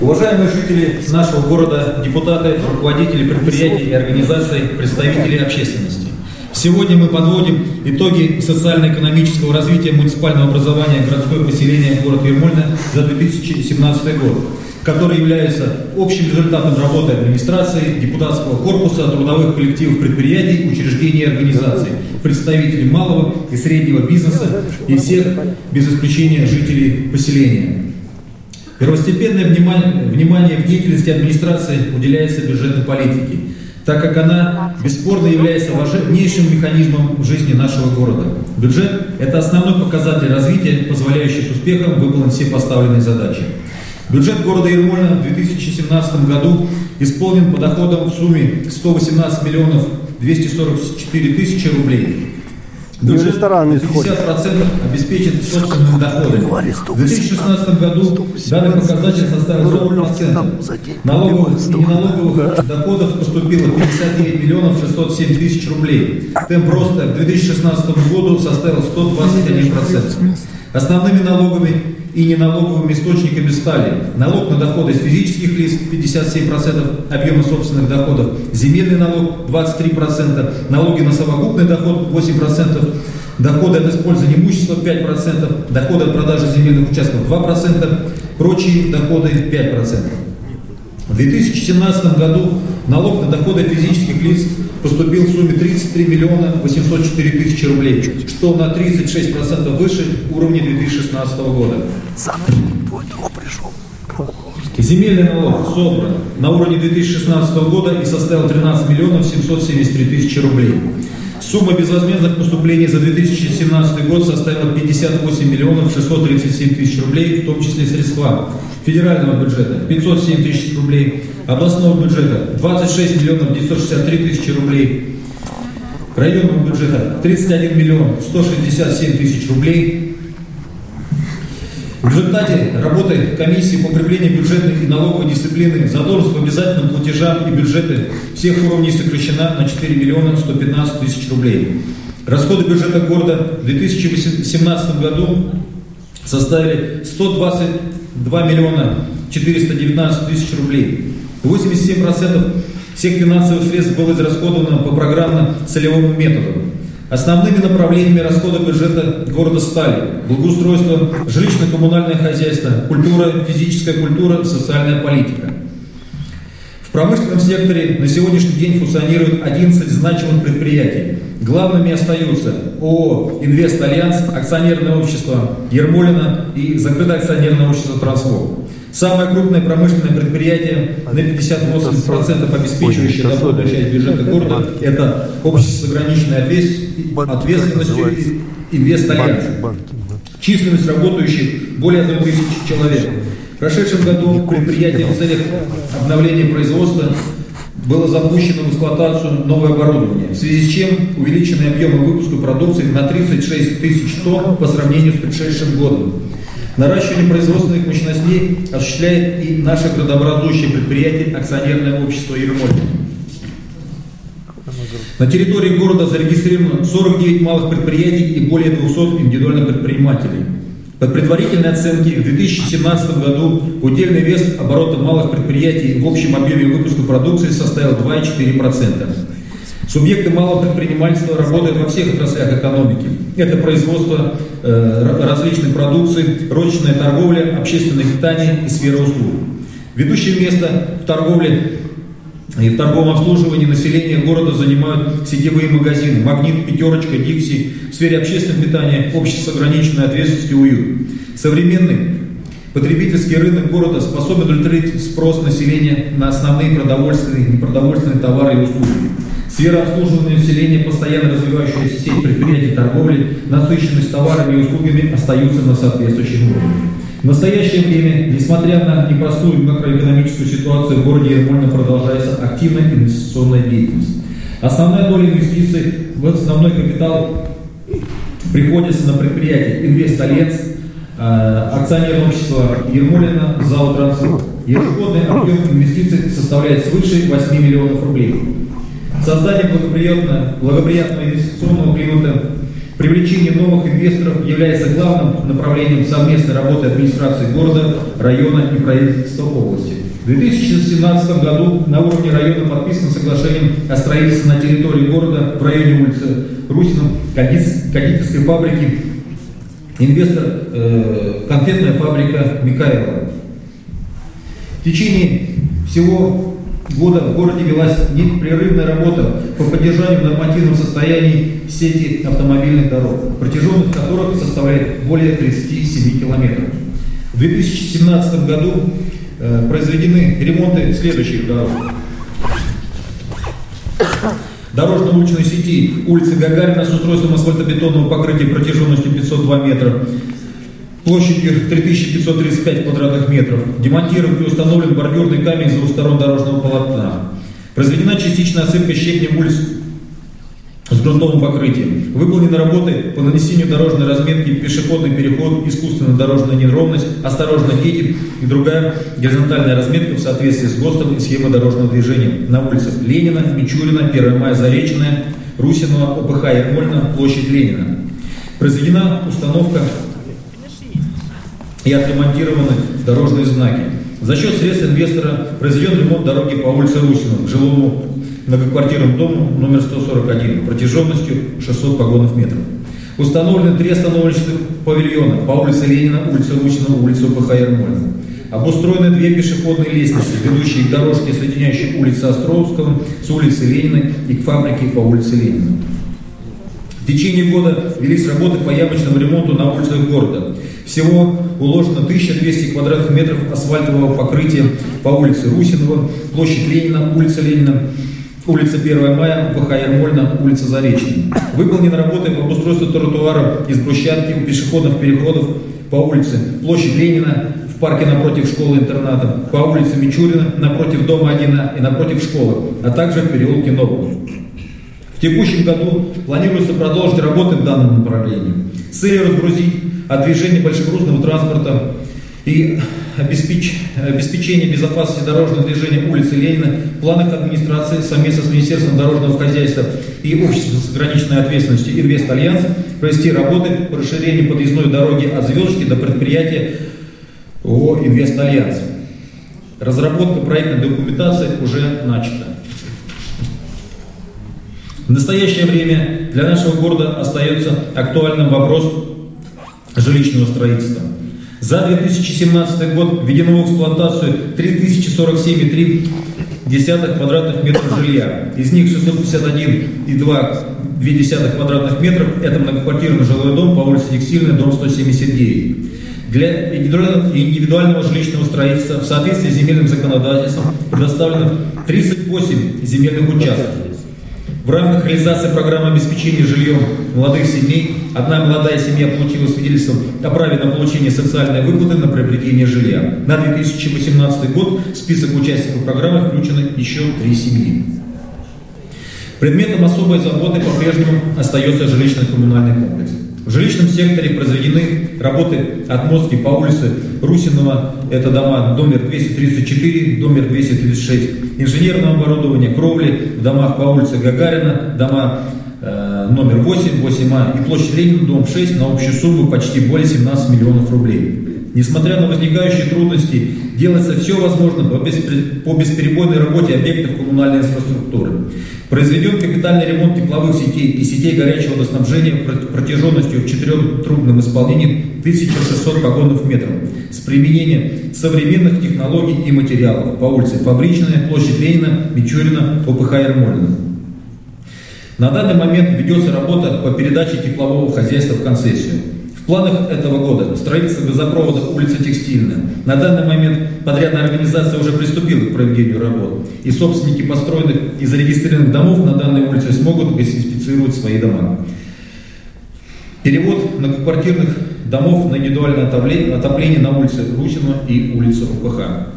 Уважаемые жители нашего города, депутаты, руководители предприятий и организаций, представители общественности. Сегодня мы подводим итоги социально-экономического развития муниципального образования городское поселение город Ермольно за 2017 год, который является общим результатом работы администрации, депутатского корпуса, трудовых коллективов предприятий, учреждений и организаций, представителей малого и среднего бизнеса и всех, без исключения, жителей поселения. Первостепенное внимание в деятельности администрации уделяется бюджетной политике, так как она бесспорно является важнейшим механизмом в жизни нашего города. Бюджет – это основной показатель развития, позволяющий с успехом выполнить все поставленные задачи. Бюджет города Ермольно в 2017 году исполнен по доходам в сумме 118 миллионов 244 тысячи рублей. Бюджет 50% обеспечен собственными доходами. В 2016 году данный показатель составил 40%. Налоговых и неналоговых доходов поступило 59 миллионов 607 тысяч рублей. Темп роста к 2016 году составил 121%. Основными налогами и неналоговыми источниками стали налог на доходы с физических лиц 57% объема собственных доходов, земельный налог 23%, налоги на совокупный доход 8%, доходы от использования имущества 5%, доходы от продажи земельных участков 2%, прочие доходы 5%. В 2017 году налог на доходы физических лиц поступил в сумме 33 миллиона 804 тысячи рублей, что на 36% выше уровня 2016 года. Земельный налог собран на уровне 2016 года и составил 13 миллионов 773 тысячи рублей. Сумма безвозмездных поступлений за 2017 год составила 58 миллионов 637 тысяч рублей, в том числе средства федерального бюджета 507 тысяч рублей, областного бюджета 26 миллионов 963 тысячи рублей, районного бюджета 31 миллион 167 тысяч рублей. В результате работы комиссии по укреплению бюджетной и налоговой дисциплины задолженность по обязательным платежам и бюджеты всех уровней сокращена на 4 миллиона 115 тысяч рублей. Расходы бюджета города в 2017 году составили 122 миллиона 419 тысяч рублей. 87% всех финансовых средств было израсходовано по программно-целевому методу. Основными направлениями расхода бюджета города стали благоустройство, жилищно-коммунальное хозяйство, культура, физическая культура, социальная политика. В промышленном секторе на сегодняшний день функционирует 11 значимых предприятий. Главными остаются ООО «Инвест-Альянс», акционерное общество «Ермолино» и закрытое акционерное общество «Трансфор». Самое крупное промышленное предприятие, на 58% обеспечивающее доходную часть бюджета города, это общество с ограниченной ответственностью «Инвест-Альянс». Численность работающих более 1000 человек. В прошедшем году предприятие в целях обновления производства было запущено в эксплуатацию новое оборудование, в связи с чем увеличены объемы выпуска продукции на 36 тысяч тонн по сравнению с предшедшим годом. Наращивание производственных мощностей осуществляет и наше градообразующее предприятие акционерное общество «Ермольно». На территории города зарегистрировано 49 малых предприятий и более 200 индивидуальных предпринимателей. По предварительной оценке в 2017 году удельный вес оборота малых предприятий в общем объеме выпуска продукции составил 2,4%. Субъекты малого предпринимательства работают во всех отраслях экономики. Это производство различной продукции, розничная торговля, общественное питание и сфера услуг. Ведущее место в торговле и в торговом обслуживании населения города занимают сетевые магазины «Магнит», «Пятерочка», «Дикси», в сфере общественного питания, общество с ограниченной ответственностью «Уют». Современный потребительский рынок города способен удовлетворить спрос населения на основные продовольственные и непродовольственные товары и услуги. Сфера обслуживания населения, постоянно развивающаяся сеть предприятий торговли, насыщенность товарами и услугами остаются на соответствующем уровне. В настоящее время, несмотря на непростую макроэкономическую ситуацию, в городе Ермольно продолжается активная инвестиционная деятельность. Основная доля инвестиций в основной капитал приходится на предприятия «Инвест-Альянс», акционерное общество «Ермолино», ЗАО «Трансфор». Ежегодный объем инвестиций составляет свыше 8 миллионов рублей. Создание благоприятного инвестиционного климата Привлечение новых инвесторов является главным направлением совместной работы администрации города, района и правительства области. В 2017 году на уровне района подписано соглашение о строительстве на территории города в районе улицы Русина кондитерской фабрики, инвестор конфетная фабрика Микаэла. В течение всего года в городе велась непрерывная работа по поддержанию в нормативном состоянии сети автомобильных дорог, протяженность которых составляет более 37 километров. В 2017 году произведены ремонты следующих дорог. Дорожно-уличной сети улицы Гагарина с устройством асфальтобетонного покрытия протяженностью 502 метра, площадью 3535 квадратных метров. Демонтирован и установлен бордюрный камень с двух сторон дорожного полотна. Произведена частичная осыпка щебнем улиц с грунтовым покрытием. Выполнены работы по нанесению дорожной разметки, пешеходный переход, искусственная дорожная неровность, осторожно дети и другая горизонтальная разметка в соответствии с ГОСТом и схемой дорожного движения на улицах Ленина, Мичурина, 1 мая, Заречная, Русинова, ОПХ Ермольна, площадь Ленина. Произведена установка и отремонтированы дорожные знаки. За счет средств инвестора произведен ремонт дороги по улице Русина к жилому многоквартирному дому номер 141 протяженностью 600 погонных метров. Установлены 3 остановочных павильона по улице Ленина, улице Русина, улице ОПХ Ермольна. Обустроены 2 пешеходные лестницы, ведущие к дорожке, соединяющей улицу Островского с улицей Ленина и к фабрике по улице Ленина. В течение года велись работы по ямочному ремонту на улицах города. Всего уложено 1200 квадратных метров асфальтового покрытия по улице Русинова, площадь Ленина, улица Ленина, улица 1 мая, ОПХ Ермольна, улица Заречная. Выполнены работы по обустройству тротуара из брусчатки, пешеходных переходов по улице площадь Ленина, в парке напротив школы-интерната, по улице Мичурина, напротив дома 1 и напротив школы, а также в переулке Нового. В текущем году планируется продолжить работы в данном направлении с целью разгрузить от движения большегрузного транспорта и обеспечения безопасности дорожного движения улицы Ленина в планах администрации совместно с Министерством дорожного хозяйства и Обществом с ограниченной ответственностью «Инвест-Альянс» провести работы по расширению подъездной дороги от Звездочки до предприятия ООО «Инвест-Альянс». Разработка проектной документации уже начата. В настоящее время для нашего города остается актуальным вопрос жилищного строительства. За 2017 год введено в эксплуатацию 3047,3 квадратных метров жилья. Из них 651,2 квадратных метров – это многоквартирный жилой дом по улице Текстильная, дом 179. Для индивидуального жилищного строительства в соответствии с земельным законодательством предоставлено 38 земельных участков. В рамках реализации программы обеспечения жильем молодых семей одна молодая семья получила свидетельство о праве на получение социальной выплаты на приобретение жилья. На 2018 год в список участников программы включены еще 3 семьи. Предметом особой заботы по-прежнему остается жилищно-коммунальный комплекс. В жилищном секторе произведены работы отмостки по улице Русинова, это дома номер 234, номер 236, инженерное оборудование, кровли в домах по улице Гагарина, дома номер 8, 8А и площадь Ленина, дом 6 на общую сумму почти более 17 миллионов рублей. Несмотря на возникающие трудности, делается все возможное по бесперебойной работе объектов коммунальной инфраструктуры. Произведен капитальный ремонт тепловых сетей и сетей горячего водоснабжения протяженностью в 4-трубном исполнении 1600 погонных метров с применением современных технологий и материалов по улице Фабричная, площадь Ленина, Мичурина, ОПХ Ермольна. На данный момент ведется работа по передаче теплового хозяйства в концессию. В планах этого года строительство газопровода улица Текстильная. На данный момент подрядная организация уже приступила к проведению работ, и собственники построенных и зарегистрированных домов на данной улице смогут газифицировать свои дома. Перевод многоквартирных домов на индивидуальное отопление на улице Русина и улице ОПХ.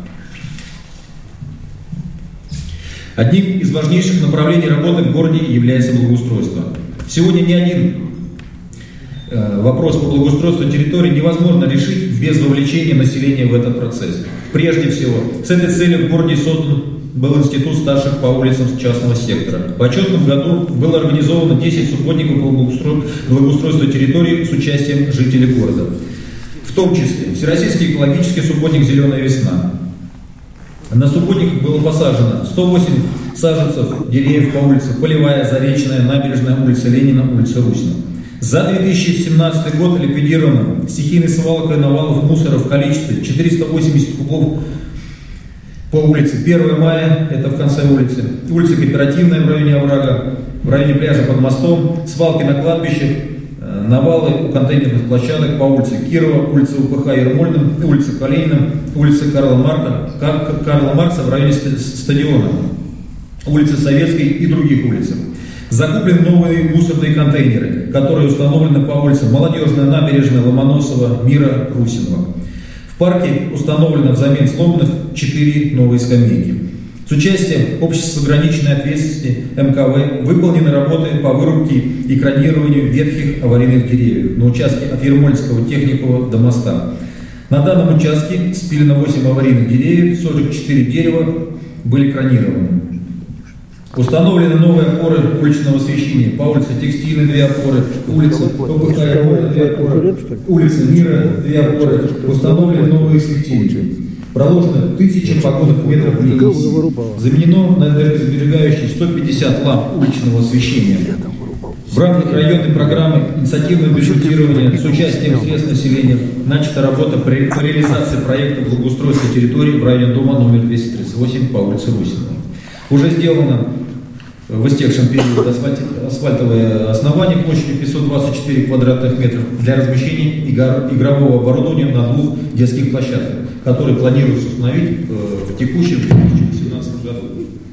Одним из важнейших направлений работы в городе является благоустройство. Сегодня ни один вопрос по благоустройству территории невозможно решить без вовлечения населения в этот процесс. Прежде всего, с этой целью в городе создан был институт старших по улицам частного сектора. В отчетном году было организовано 10 субботников по благоустройству территории с участием жителей города. В том числе Всероссийский экологический субботник «Зеленая весна». На субботниках было посажено 108 саженцев деревьев по улице Полевая, Заречная, Набережная, улица Ленина, улица Русина. За 2017 год ликвидировано стихийной свалкой навалов мусора в количестве 480 кубов по улице 1 мая, это в конце улицы, улица Кооперативная в районе оврага, в районе пляжа под мостом, свалки на кладбищах, навалы у контейнерных площадок по улице Кирова, улице УПХ Ермольным, улице Калинина, улице Карла Маркса в районе стадиона, улице Советской и других улицах. Закуплены новые мусорные контейнеры, которые установлены по улицам Молодежная, Набережная, Ломоносова, Мира, Русинова. В парке установлено взамен сломанных 4 новые скамейки. С участием общества с ограниченной ответственности МКВ выполнены работы по вырубке и кронированию ветхих аварийных деревьев на участке от Ермольского техникова до моста. На данном участке спилено 8 аварийных деревьев, 44 дерева были кронированы. Установлены новые опоры уличного освещения по улице Текстильной 2 опоры, улица ОПХ Ермольная 2 опоры, улица Мира 2 опоры. Установлены новые светильники. Проложено 1000 погодных метров линий. Заменено на энергосберегающие 150 ламп уличного освещения. В рамках районной программы инициативного бюджетирования с участием средств населения начата работа по реализации проекта благоустройства территории в районе дома номер 238 по улице Русинова. Уже сделано в истекшем периоде асфальтовое основание площадью 524 квадратных метров для размещения игрового оборудования на 2 детских площадках, которые планируется установить в текущем 2018 году.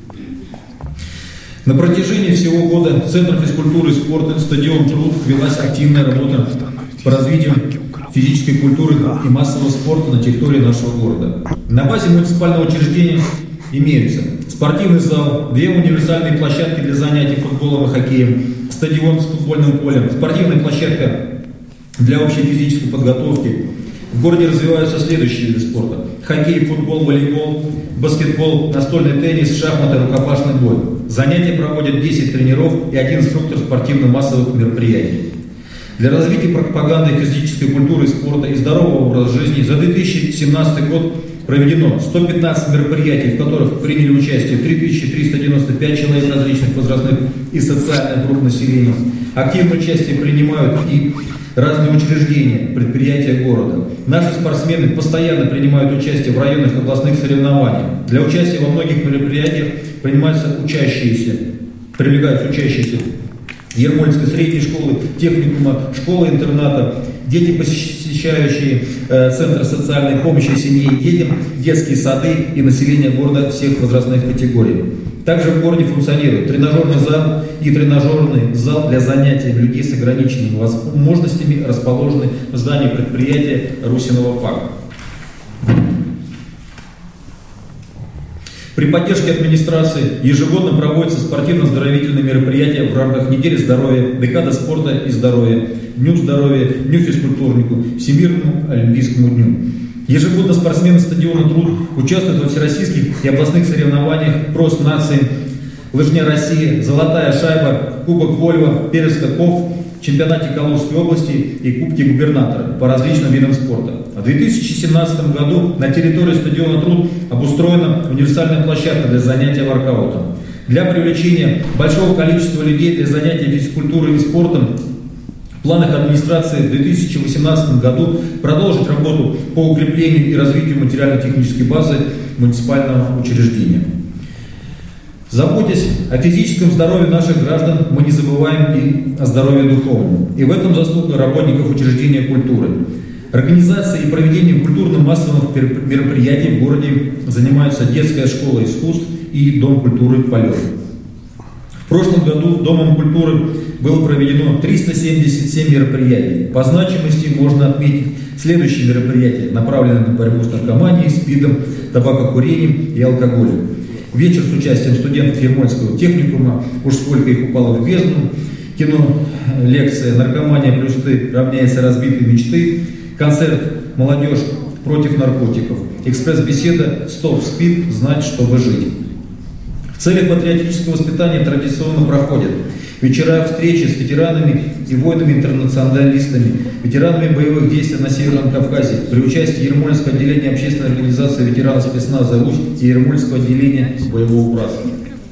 На протяжении всего года Центр физкультуры и спорта «Стадион Труд» велась активная работа по развитию физической культуры и массового спорта на территории нашего города. На базе муниципального учреждения имеются спортивный зал, 2 универсальные площадки для занятий футболом и хоккеем, стадион с футбольным полем, спортивная площадка для общей физической подготовки. В городе развиваются следующие виды спорта: хоккей, футбол, волейбол, баскетбол, настольный теннис, шахматы, рукопашный бой. Занятия проводят 10 тренеров и 1 инструктор спортивно-массовых мероприятий. Для развития пропаганды физической культуры, спорта и здорового образа жизни за 2017 год проведено 115 мероприятий, в которых приняли участие 3395 человек различных возрастных и социальных групп населения. Активное участие принимают и разные учреждения, предприятия города. Наши спортсмены постоянно принимают участие в районных областных соревнованиях. Для участия во многих мероприятиях привлекаются учащиеся Ермольской средней школы, техникума, школы-интерната, дети, посещающие Центр социальной помощи семье и детям, детские сады и население города всех возрастных категорий. Также в городе функционирует тренажерный зал и тренажерный зал для занятий людей с ограниченными возможностями, расположенный в здании предприятия Русинова ПАК. При поддержке администрации ежегодно проводятся спортивно-оздоровительные мероприятия в рамках недели здоровья, декада спорта и здоровья, Дню здоровья, Дню физкультурнику, Всемирному олимпийскому дню. Ежегодно спортсмены стадиона «Труд» участвуют во всероссийских и областных соревнованиях «Кросс нации», «Лыжня России», «Золотая шайба», Кубок Вольва, Перец Ков, чемпионате Калужской области и Кубке губернатора по различным видам спорта. В 2017 году на территории стадиона «Труд» обустроена универсальная площадка для занятия воркаутом. Для привлечения большого количества людей для занятий физкультурой и спортом в планах администрации в 2018 году продолжить работу по укреплению и развитию материально-технической базы муниципального учреждения. Заботясь о физическом здоровье наших граждан, мы не забываем и о здоровье духовном. И в этом заслуга работников учреждения культуры. Организацией и проведением культурно-массовых мероприятий в городе занимаются детская школа искусств и Дом культуры «Полет». В прошлом году Домом культуры было проведено 377 мероприятий. По значимости можно отметить следующие мероприятия, направленные на борьбу с наркоманией, СПИДом, табакокурением и алкоголем. Вечер с участием студентов Ермольского техникума «Уж сколько их упало в бездну», кино, лекция «Наркомания плюс ты равняется разбитой мечты», концерт «Молодежь против наркотиков», экспресс-беседа «Стоп, СПИД, знать, чтобы жить». В целях патриотического воспитания традиционно проходят вечера встречи с ветеранами и воинами-интернационалистами, ветеранами боевых действий на Северном Кавказе при участии Ермольского отделения общественной организации ветеранов спецназа «Русь» и Ермольского отделения боевого братства.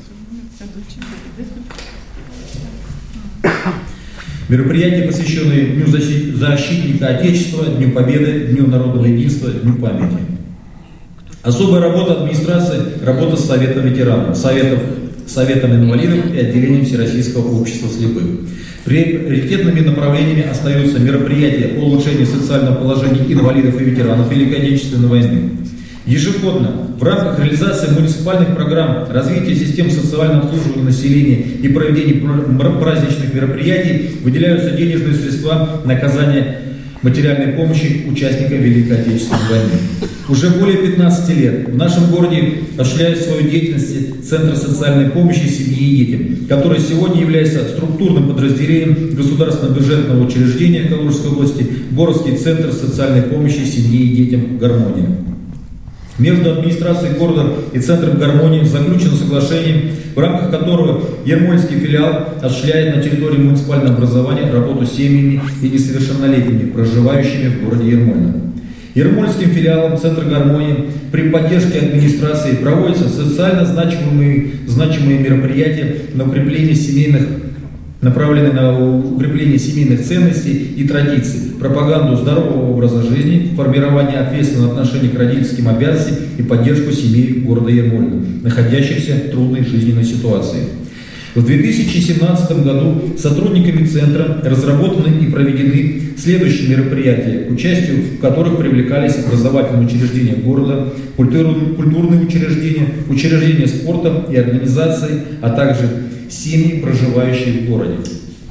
Мероприятия, посвященные Дню защитника Отечества, Дню Победы, Дню народного единства, Дню памяти. Особая работа администрации, работа с Советом ветеранов, Советом инвалидов и отделением Всероссийского общества слепых. Приоритетными направлениями остаются мероприятия по улучшению социального положения инвалидов и ветеранов Великой Отечественной войны. Ежегодно в рамках реализации муниципальных программ развития систем социального обслуживания населения и проведения праздничных мероприятий выделяются денежные средства на оказание материальной помощи участникам Великой Отечественной войны. Уже более 15 лет в нашем городе осуществляет свою деятельность Центр социальной помощи семье и детям, который сегодня является структурным подразделением государственного бюджетного учреждения Калужской области Боровский центр социальной помощи семье и детям «Гармония». Между администрацией города и Центром «Гармонии» заключено соглашение, в рамках которого Ермольский филиал осуществляет на территории муниципального образования работу с семьями и несовершеннолетними, проживающими в городе Ермольно. Ермольским филиалом Центра «Гармонии» при поддержке администрации проводятся социально значимые мероприятия на укрепление направленные на укрепление семейных ценностей и традиций, пропаганду здорового образа жизни, формирование ответственного отношения к родительским обязанностям и поддержку семей города Ермольно, находящихся в трудной жизненной ситуации. В 2017 году сотрудниками Центра разработаны и проведены следующие мероприятия, к участию в которых привлекались образовательные учреждения города, культурные учреждения, учреждения спорта и организации, а также семьи, проживающие в городе.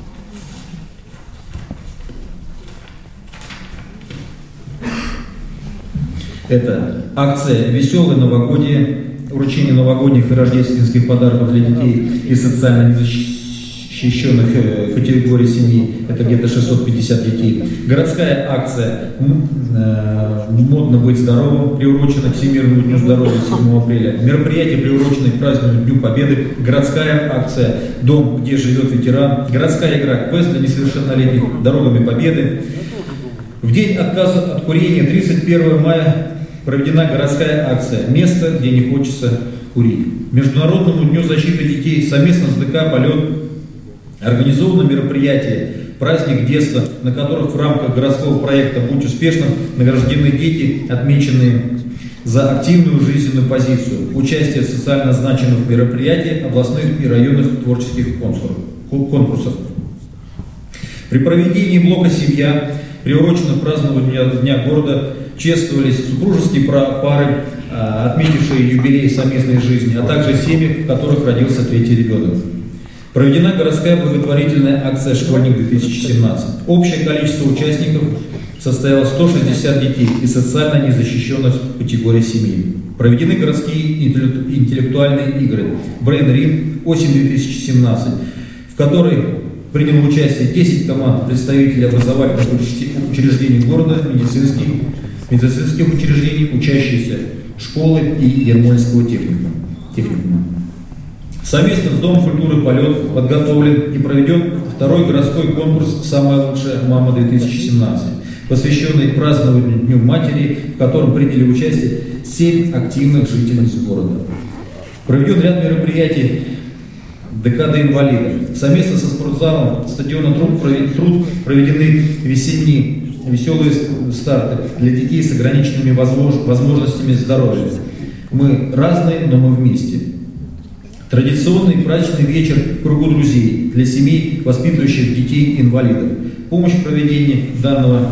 Это акция «Веселое новогодие», вручение новогодних и рождественских подарков для детей из социально незащищенных категорий семей, это где-то 650 детей. Городская акция «Модно быть здоровым», приурочена к Всемирному дню здоровья 7 апреля. Мероприятие, приуроченное к празднованию Дню Победы. Городская акция «Дом, где живет ветеран». Городская игра «Квест для несовершеннолетних. Дорогами Победы». В день отказа от курения 31 мая проведена городская акция «Место, где не хочется курить». Международному дню защиты детей совместно с ДК «Полет» организовано мероприятие «Праздник детства», на которых в рамках городского проекта «Будь успешным» награждены дети, отмеченные за активную жизненную позицию, участие в социально значимых мероприятиях областных и районных творческих конкурсов. При проведении блока «Семья», приуроченном к празднованию Дня города, чествовались супружеские пары, отметившие юбилей совместной жизни, а также семьи, в которых родился третий ребенок. Проведена городская благотворительная акция «Школьник-2017». Общее количество участников составило 160 детей из социально незащищенных категорий семей. Проведены городские интеллектуальные игры «Brain Ring. Осень-2017», в которой приняло участие 10 команд представителей образовательных учреждений города, медицинских учреждений, учащиеся школы и Ермольского техникума. Совместно с Домом культуры «Полет» подготовлен и проведен второй городской конкурс «Самая лучшая мама-2017», посвященный празднованию Дню матери, в котором приняли участие 7 активных жительниц города. Проведен ряд мероприятий «Декада инвалидов». Совместно со спортзалом стадиона «Труд» проведены веселые старты для детей с ограниченными возможностями здоровья. Мы разные, но мы вместе. Традиционный праздничный вечер в кругу друзей для семей, воспитывающих детей-инвалидов. Помощь в проведении данного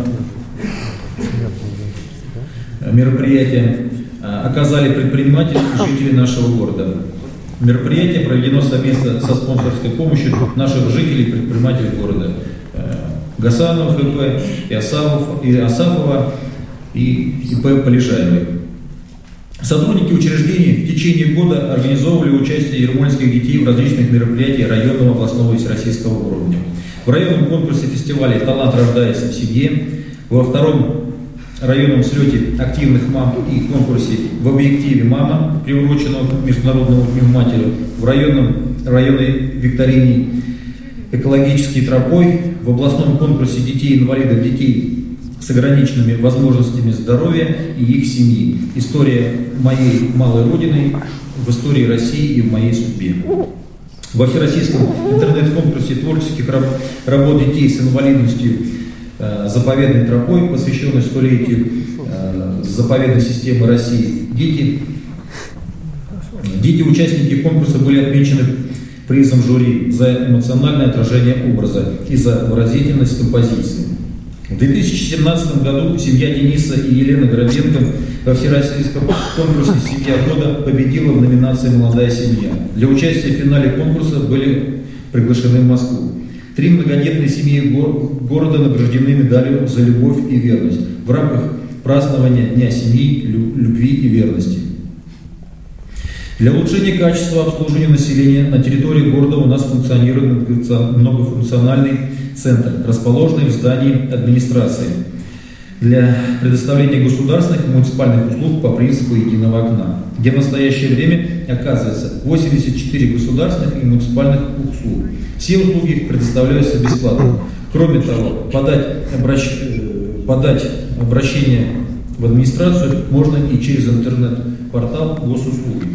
мероприятия оказали предприниматели и жители нашего города. Мероприятие проведено совместно со спонсорской помощью наших жителей и предпринимателей города. Гасанов ХП, и Асафова, и ИП Полежаевой. Сотрудники учреждений в течение течение года организовывали участие ермольских детей в различных мероприятиях районного, областного и всероссийского уровня. В районном конкурсе фестиваля «Талант рождается в семье», во втором районном слете активных мам и конкурсе «В объективе мама», приуроченного к Международному дню матери, в районной викторине «Экологический тропой», в областном конкурсе детей-инвалидов, детей с ограниченными возможностями здоровья и их семьи. История моей малой родины в истории России и в моей судьбе. Во всероссийском интернет-конкурсе творческих работ детей с инвалидностью «Заповедной тропой», посвященной столетию заповедной системы России, дети участники конкурса были отмечены призом жюри за эмоциональное отражение образа и за выразительность композиции. В 2017 году семья Дениса и Елены Горобенко во всероссийском конкурсе «Семья года» победила в номинации «Молодая семья». Для участия в финале конкурса были приглашены в Москву. 3 многодетные семьи города награждены медалью «За любовь и верность» в рамках празднования Дня семьи, любви и верности. Для улучшения качества обслуживания населения на территории города у нас функционирует многофункциональный центр, расположенный в здании администрации для предоставления государственных и муниципальных услуг по принципу единого окна, где в настоящее время оказывается 84 государственных и муниципальных услуг. Все услуги предоставляются бесплатно. Кроме того, подать обращение в администрацию можно и через интернет-портал госуслуги.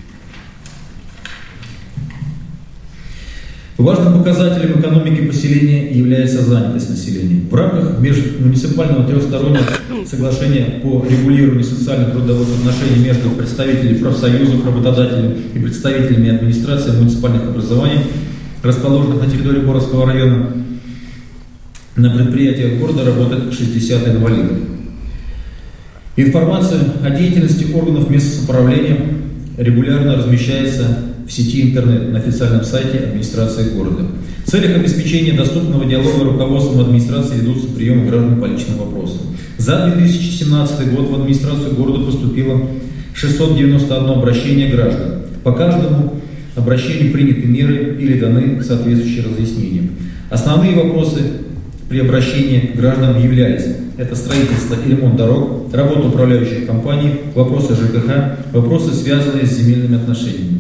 Важным показателем экономики поселения является занятость населения. В рамках межмуниципального трехстороннего соглашения по регулированию социально-трудовых отношений между представителями профсоюзов, работодателями и представителями администрации муниципальных образований, расположенных на территории Боровского района, на предприятиях города работает 60 инвалидов. Информация о деятельности органов местного самоуправления регулярно размещается в сети интернет на официальном сайте администрации города. В целях обеспечения доступного диалога руководством администрации ведутся приемы граждан по личным вопросам. За 2017 год в администрацию города поступило 691 обращение граждан. По каждому обращению приняты меры или даны соответствующие разъяснения. Основные вопросы при обращении граждан являлись: это строительство и ремонт дорог, работа управляющих компаний, вопросы ЖКХ, вопросы, связанные с земельными отношениями.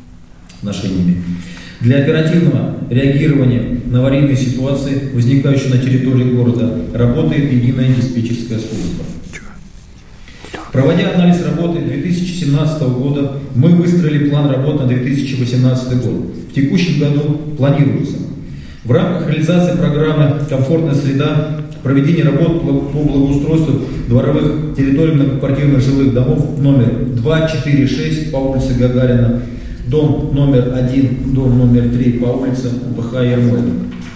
Для оперативного реагирования на аварийные ситуации, возникающие на территории города, работает единая диспетчерская служба. Проводя анализ работы 2017 года, мы выстроили план работы на 2018 год. В текущем году планируется в рамках реализации программы «Комфортная среда» проведение работ по благоустройству дворовых территорий многоквартирных жилых домов номер 2, 4, 6 по улице Гагарина, дом номер 1, дом номер 3 по улице УПХ Ермольна.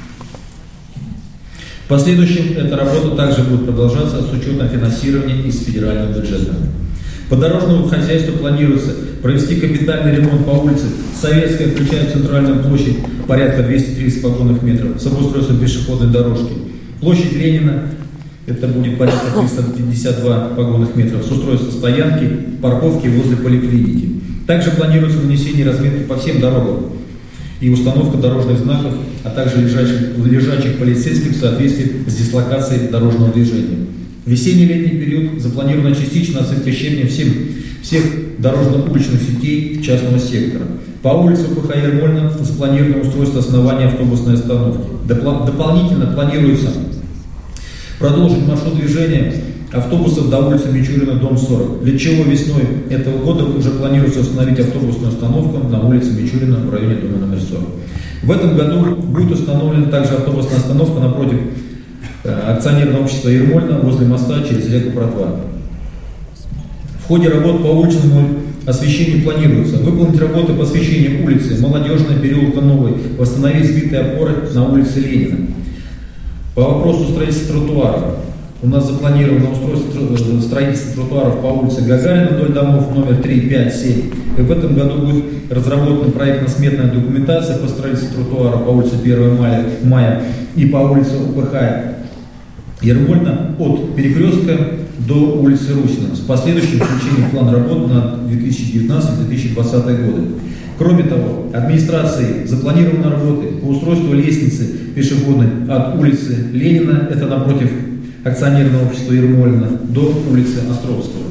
В последующем эта работа также будет продолжаться с учетом финансирования из федерального бюджета. По дорожному хозяйству планируется провести капитальный ремонт по улице Советская, включая центральную площадь порядка 230 погонных метров с обустройством пешеходной дорожки. Площадь Ленина, это будет порядка 352 погонных метров с устройством стоянки, парковки возле поликлиники. Также планируется нанесение разметки по всем дорогам и установка дорожных знаков, а также лежачих полицейских в соответствии с дислокацией дорожного движения. В весенне-летний период запланирована частичная отсыпка щебня всех дорожно-уличных сетей частного сектора. По улице УПХ Ермольна запланировано устройство основания автобусной остановки. Дополнительно планируется продолжить маршрут движения автобусов до улицы Мичурина, дом 40, для чего весной этого года уже планируется установить автобусную остановку на улице Мичурина в районе дома номер 40. В этом году будет установлена также автобусная остановка напротив акционерного общества Ермольна возле моста через реку Протва. В ходе работ по уличному освещению планируется выполнить работы по освещению улицы Молодежная, переулка Новый, восстановить сбитые опоры на улице Ленина. По вопросу строительства тротуаров. У нас запланировано устройство строительства тротуаров по улице Гагарина вдоль домов номер 3, 5, 7. И в этом году будет разработана проектно-сметная документация по строительству тротуара по улице 1 мая и по улице УПХ Ермольна от перекрестка до улицы Русина с последующим включением в план работ на 2019-2020 годы. Кроме того, администрацией запланированы работы по устройству лестницы пешеходной от улицы Ленина, это напротив акционерного общества Ермолина, до улицы Островского.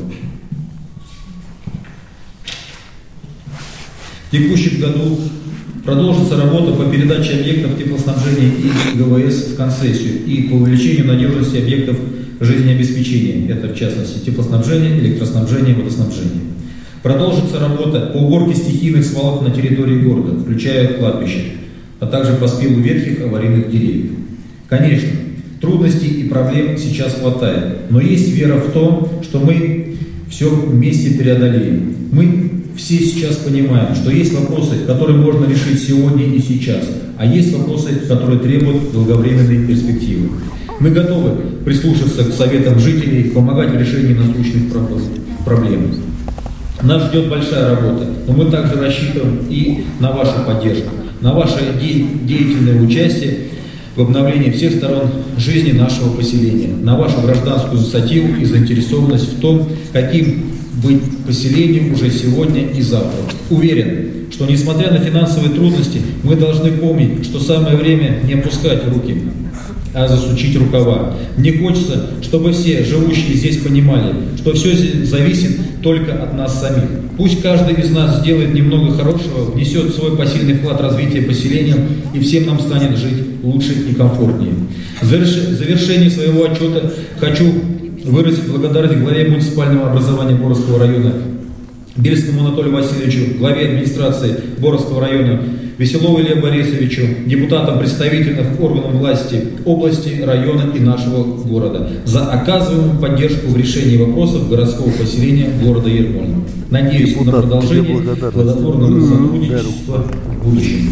В текущем году продолжится работа по передаче объектов теплоснабжения и ГВС в концессию и по увеличению надежности объектов жизнеобеспечения, это в частности теплоснабжение, электроснабжение, водоснабжение. Продолжится работа по уборке стихийных свалок на территории города, включая кладбище, а также по спилу ветхих аварийных деревьев. Конечно, трудностей и проблем сейчас хватает, но есть вера в то, что мы все вместе преодолеем. Мы все сейчас понимаем, что есть вопросы, которые можно решить сегодня и сейчас, а есть вопросы, которые требуют долговременной перспективы. Мы готовы прислушаться к советам жителей, помогать в решении насущных проблем. Нас ждет большая работа, но мы также рассчитываем и на вашу поддержку, на ваше деятельное участие в обновлении всех сторон жизни нашего поселения, на вашу гражданскую инициативу и заинтересованность в том, каким быть поселением уже сегодня и завтра. Уверен, что несмотря на финансовые трудности, мы должны помнить, что самое время не опускать руки, а засучить рукава. Мне хочется, чтобы все живущие здесь понимали, что все зависит только от нас самих. Пусть каждый из нас сделает немного хорошего, внесет свой посильный вклад в развитие поселения, и всем нам станет жить лучше и комфортнее. В завершении своего отчета хочу выразить благодарность главе муниципального образования Боровского района Бельскому Анатолию Васильевичу, главе администрации Боровского района Веселову Илье Борисовичу, депутатам представительных органов власти области, района и нашего города за оказываемую поддержку в решении вопросов городского поселения города Ермолино. Надеюсь на продолжение плодотворного сотрудничества в будущем.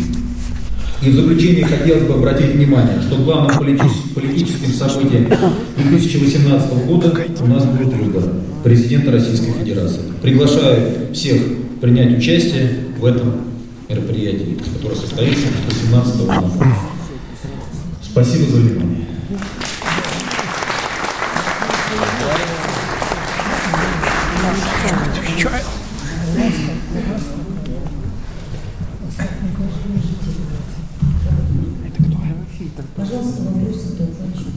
И в заключение хотелось бы обратить внимание, что главным политическим событием 2018 года у нас будет выбор президента Российской Федерации. Приглашаю всех принять участие в этом мероприятии, которое состоится 18 года. Спасибо за внимание. Пожалуйста, вопросы тоже.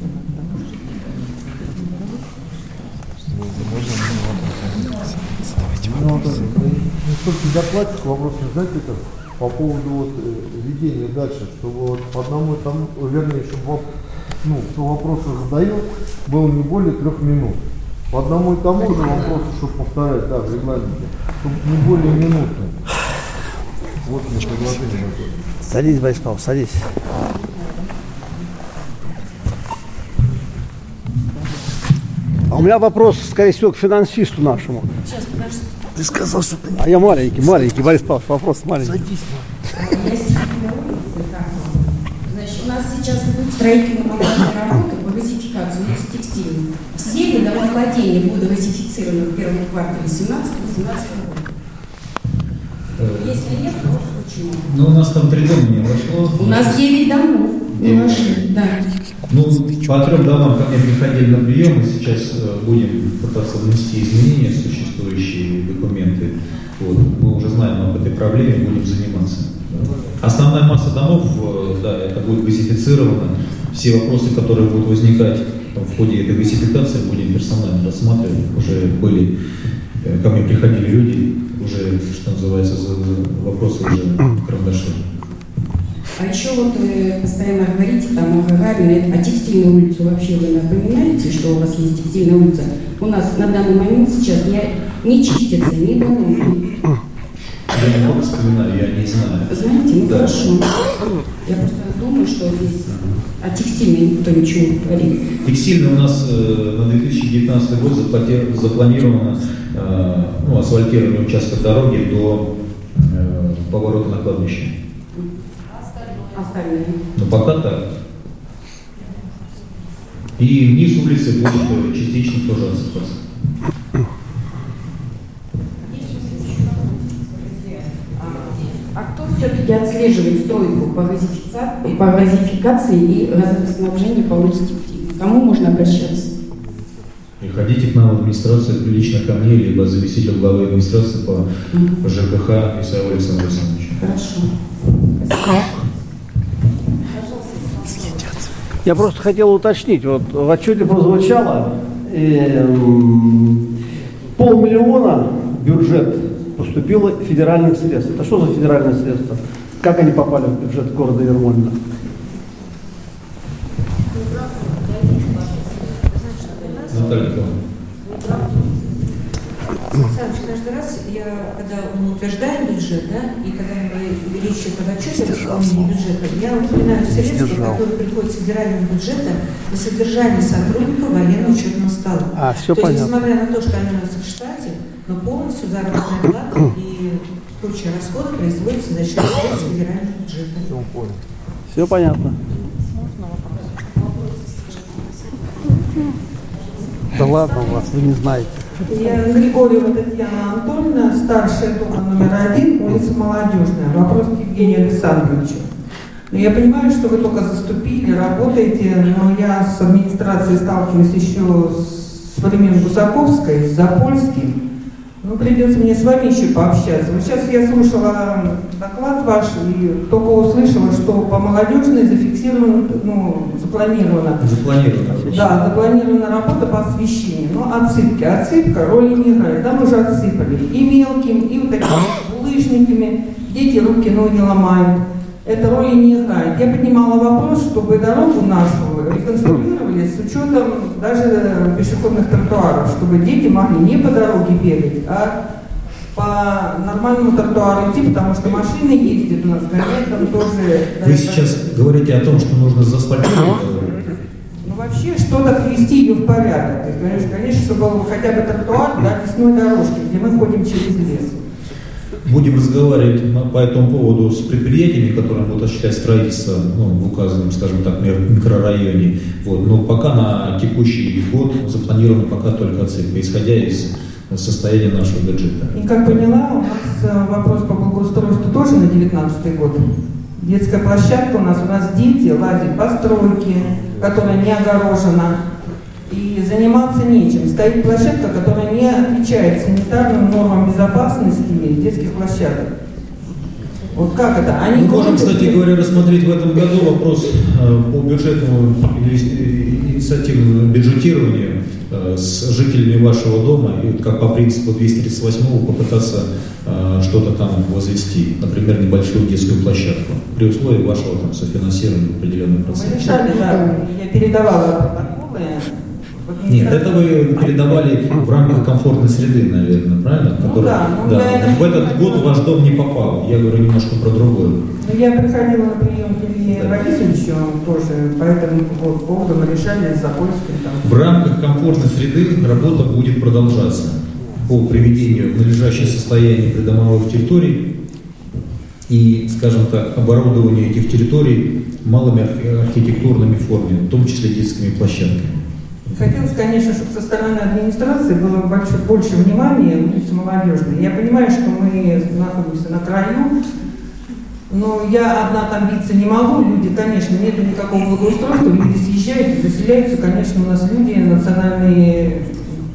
Только докладчик, вопрос, знаете, как по поводу вот, ведения дальше, чтобы вот по одному тому, вернее, чтобы кто вопросы задает, было не более 3 минут. По одному и тому же вопросу, чтобы повторять, да, в регламенте, чтобы не более минуты. Вот мне предложение такое. Садись, Байспал, садись. А у меня вопрос, скорее всего, к финансисту нашему. Сейчас, подожди. Ты сказал, что ты... А я маленький, Борис Павлович, вопрос маленький. Садись. Значит, у нас сейчас идут строительно-монтажные работы по газификации улицы Текстильной. Все домовладения будут газифицированы в первом квартале 17-18 года. Если нет, то почему? Ну, у нас там 3 дома не вошло. У нас 9 домов не вошли, да. Ну, по 3 домам ко мне приходили на прием, и сейчас будем пытаться внести изменения в существующие документы. Вот. Мы уже знаем об этой проблеме, будем заниматься. Основная масса домов, да, это будет газифицировано. Все вопросы, которые будут возникать в ходе этой газификации, будем персонально рассматривать. Уже были, ко мне приходили люди, уже, что называется, вопросы уже карандашом. А еще вот вы постоянно говорите там о Гагарине, а текстильную улицу вообще вы напоминаете, что у вас есть текстильная улица? У нас на данный момент сейчас не чистится ни дома. Я не могу вспоминать, я не знаю. Знаете, ну да. Хорошо. Я просто думаю, что здесь о текстильной никто ничего не говорит. Текстильная у нас на 2019 год запланировано асфальтирование участка дороги до поворота на кладбище. Остальные. Но пока так. И вниз улицы будет частично тоже осыпаться. А кто все-таки отслеживает стройку по газификации и газоснабжению по улице Текстильной? Кому можно обращаться? приходите к нам в администрацию лично ко мне, либо заместитель главы администрации по ЖКХ Исаеву Александру Александровичу. Хорошо. Я просто хотел уточнить, вот в отчете прозвучало 500 000 в бюджет поступило федеральных средств. Это что за федеральные средства? Как они попали в бюджет города Ермолино? Наталья. Александр, каждый раз, когда мы утверждаем бюджет, да, и когда мы увеличиваем в отчете исполнения бюджета, я упоминаю средства, которые приходят с федерального бюджета на содержание сотрудников военно-учетного стола. Все понятно. Есть, несмотря на то, что они у нас в штате, но полностью заработная плата и прочие расходы производятся за счет средств федерального бюджета. Все понятно. Да ладно у вас, вы не знаете. Я Григорьева Татьяна Антоновна, старшая дома номер 1, улица Молодежная. Вопрос к Евгению Александровичу. Я понимаю, что вы только заступили, работаете, но я с администрацией сталкиваюсь еще с времен Гусаковской, с Запольским. Ну, придется мне с вами еще пообщаться. Вот сейчас я слушала доклад ваш и только услышала, что по Молодежной зафиксировано, запланировано. Да, запланирована работа по освещению. Но отсыпки. Отсыпка роли не играет. Там уже отсыпали и мелким, и вот такими булыжниками. Дети руки, ноги ломают. Это роли не играет. Я поднимала вопрос, чтобы дорогу нашу реконструировали с учетом даже пешеходных тротуаров, чтобы дети могли не по дороге бегать, а по нормальному тротуару идти, потому что машины ездят у нас, гоняют там тоже. Вы сейчас говорите о том, что нужно заасфальтировать? Ну вообще что-то привести ее в порядок. То есть, конечно, чтобы был хотя бы тротуар до лесной дорожки, где мы ходим через лес. Будем разговаривать по этому поводу с предприятиями, которые будут осуществлять строительство в указанном, скажем так, микрорайоне. Но пока на текущий год запланирована пока только отсыпка, исходя из состояния нашего бюджета. И как поняла, у нас вопрос по благоустройству тоже на 2019 год. Детская площадка у нас дети лазят по стройке, которая не огорожена. И заниматься нечем. Стоит площадка, которая не отвечает санитарным нормам безопасности детских площадок. Вот как это? Мы можем, кстати говоря, рассмотреть в этом году вопрос по бюджетному инициативному бюджетированию с жителями вашего дома, и как по принципу 238-го попытаться что-то там возвести, например, небольшую детскую площадку, при условии вашего там софинансирования определенного процента. Мы решали, да, я передавала протоколы. Нет, это вы передавали в рамках комфортной среды, наверное, правильно? Да. В этот год ваш дом не попал. Я говорю немножко про другое. Я приходила на прием к Илье Борисовичу тоже, по этому поводу мы решали с Запольским. В рамках комфортной среды работа будет продолжаться по приведению в надлежащее состояние придомовых территорий и, скажем так, оборудованию этих территорий малыми архитектурными формами, в том числе детскими площадками. Хотелось, конечно, чтобы со стороны администрации было больше внимания улице Молодежной. Я понимаю, что мы находимся на краю, но я одна там биться не могу. Люди, конечно, нет никакого благоустройства, люди съезжают и заселяются, конечно, у нас люди национальные.